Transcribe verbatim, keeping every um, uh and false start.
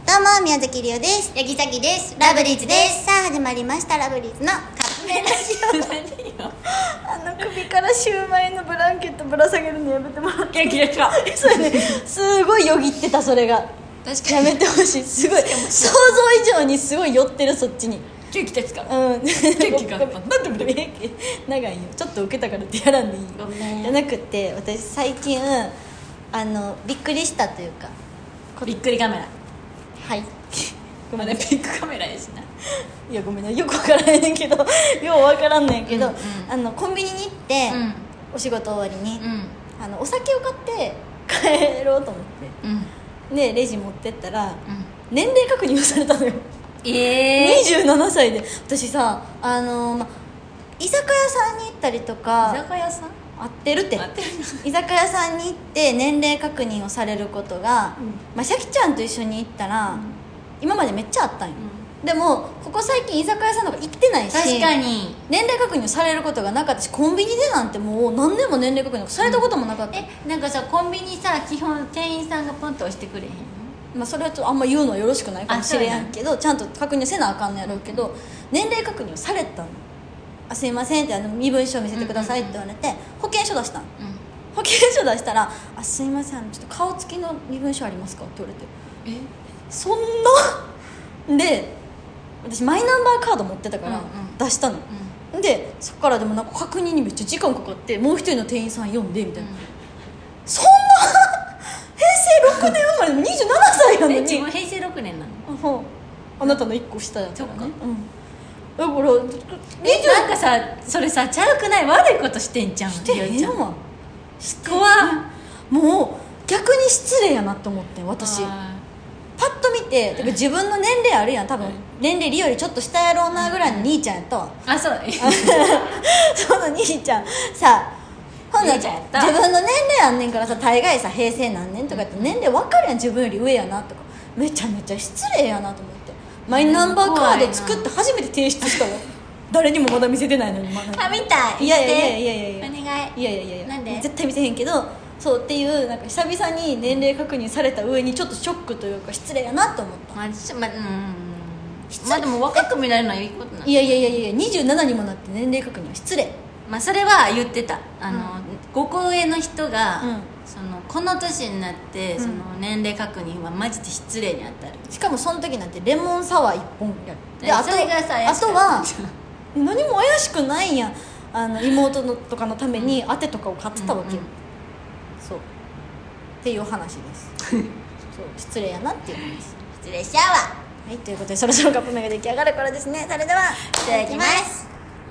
どうも宮崎りおです。 八木崎です。 ラブリーズです。さあ始まりましたラブリーズのカップ麺ラジオ。 何よあの首からシューマイのブランケットぶら下げるのやめてもらって元気ですか？ それねすごいよぎってた。それが確かにやめてほしい。すごい想像以上にすごい寄ってる。そっちに元気ですか？ うん元気がなんでもできる長いよ。ちょっと受けたからってやらんでいいよ。 ごめんじゃなくて私最近あのびっくりしたというかびっくりカメラはいごめんまだなさい。 ビッグカメラですね。 いやごめんな、よくわからへんけどようわからんねんけど、 うんうんあのコンビニに行って、 うんお仕事終わりに、 うんあのお酒を買って帰ろうと思っうんてでレジ持ってったらうん年齢確認をされたのよ。 えにじゅうななさいで。私さあの、ま、居酒屋さんに行ったりとー、 か居酒屋さん合ってるって合ってる居酒屋さんに行って年齢確認をされることが、 うんまあ、シャキちゃんと一緒に行ったら、 うん今までめっちゃあったんよ、でもここ最近居酒屋さんとか行ってないし確かに。 年齢確認をされることがなかったし、コンビニでなんてもう何年も年齢確認されたこともなかった、 え、なんかさコンビニさ基本店員さんがポンと押してくれへんの？ まあ、それはちょっとあんま言うのはよろしくないかもしれんけどちゃんと確認せなあかんのやろうけど、年齢確認をされたの。あすいませんってあの身分証見せてくださいって言われて、保険証出したの。 うん保険証出したら「あすいませんあのちょっと顔つきの身分証ありますか?」って言われて、 えそんなで私マイナンバーカード持ってたからうんうん出したの、でそこからでもなんか確認にめっちゃ時間かかって、もう一人の店員さん呼んでみたいな、 うんそんな平成ろくねん生まれのにじゅうななさいなのえ、 に自分平成ろくねんなの？ あそうあなたのいっこ下やからね。 そっかうん、だからえ、なんかさそれさちゃうくない？悪いことしてんじゃん。 してへりおちゃんわ。して怖っ。 もう逆に失礼やなって思ってん私。 あパッと見ててか自分の年齢あるやん、多分年齢リよりちょっと下やろうなぐらいの兄ちゃんやったわ。 ーあ、そうその兄ちゃんさ、ほんなら兄ちゃんやった自分の年齢あんねんからさ、大概さ平成何年とかって年齢分かるやん、自分より上やなとか。めちゃめちゃ失礼やなと思って、マイナンバーカード作って初めて提出したわ。誰にもまだ見せてないのにまだあ、見たい。 いやいやいやいやいやいやお願い。 いやいやいやいやなんで絶対見せへんけど、そうっていうなんか久々に年齢確認された上にちょっとショックというか失礼やなと思った。 まあ、ちょまあ、うんまあでも若く見られるのはいいことなんいやいやいやいやにじゅうななにもなって年齢確認は失礼。 まあそれは言ってた。あの、ごこ上の人が、 うんそのこの年になって、 んその年齢確認はマジで失礼に当たる。 しかもその時なんてレモンサワーいっぽんやるえで、あとそれがさ怪あしかったとは何も怪しくないやん。あの妹のとかのために当てとかを買ってたわけよ、 うんうんそうっていう話ですそう失礼やなっていう話。 失礼しちゃうわ。 はい、ということでそろそろカップ麺が出来上がるからですね。それではいただきます。